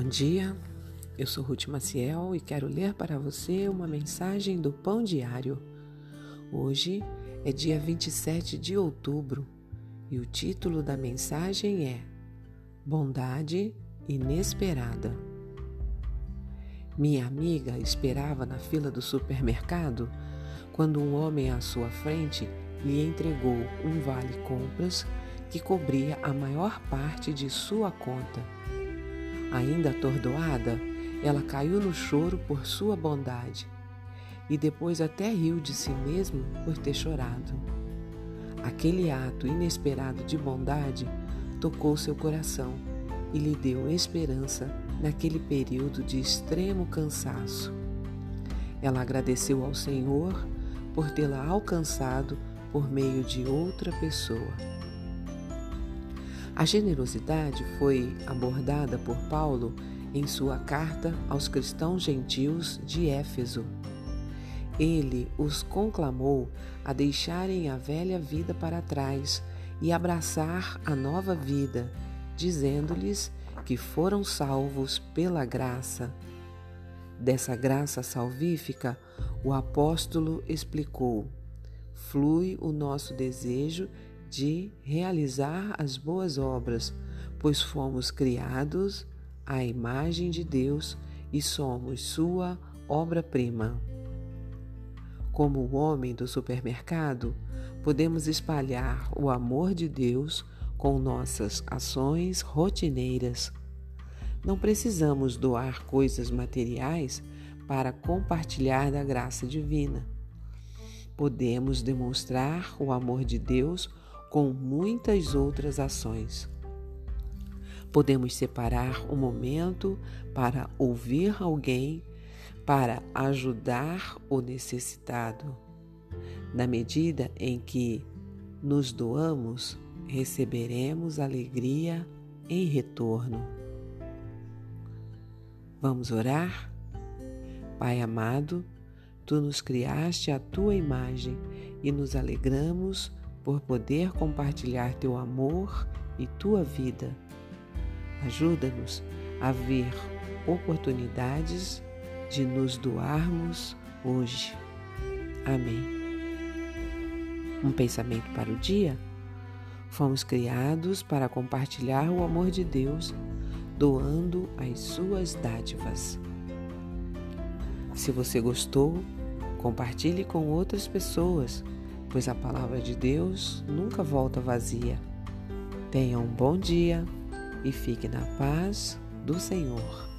Bom dia, eu sou Ruth Maciel e quero ler para você uma mensagem do Pão Diário. Hoje é dia 27 de outubro e o título da mensagem é Bondade Inesperada. Minha amiga esperava na fila do supermercado quando um homem à sua frente lhe entregou um vale-compras que cobria a maior parte de sua conta. Ainda atordoada, ela caiu no choro por sua bondade e depois até riu de si mesma por ter chorado. Aquele ato inesperado de bondade tocou seu coração e lhe deu esperança naquele período de extremo cansaço. Ela agradeceu ao Senhor por tê-la alcançado por meio de outra pessoa. A generosidade foi abordada por Paulo em sua carta aos cristãos gentios de Éfeso. Ele os conclamou a deixarem a velha vida para trás e abraçar a nova vida, dizendo-lhes que foram salvos pela graça. Dessa graça salvífica, o apóstolo explicou: flui o nosso desejo de realizar as boas obras, pois fomos criados à imagem de Deus e somos sua obra-prima. Como o homem do supermercado, podemos espalhar o amor de Deus com nossas ações rotineiras. Não precisamos doar coisas materiais para compartilhar da graça divina. Podemos demonstrar o amor de Deus com muitas outras ações. Podemos separar um momento para ouvir alguém, para ajudar o necessitado. Na medida em que nos doamos, receberemos alegria em retorno. Vamos orar? Pai amado, Tu nos criaste à Tua imagem e nos alegramos por poder compartilhar Teu amor e Tua vida. Ajuda-nos a ver oportunidades de nos doarmos hoje. Amém. Um pensamento para o dia? Fomos criados para compartilhar o amor de Deus, doando as suas dádivas. Se você gostou, compartilhe com outras pessoas, pois a palavra de Deus nunca volta vazia. Tenha um bom dia e fique na paz do Senhor.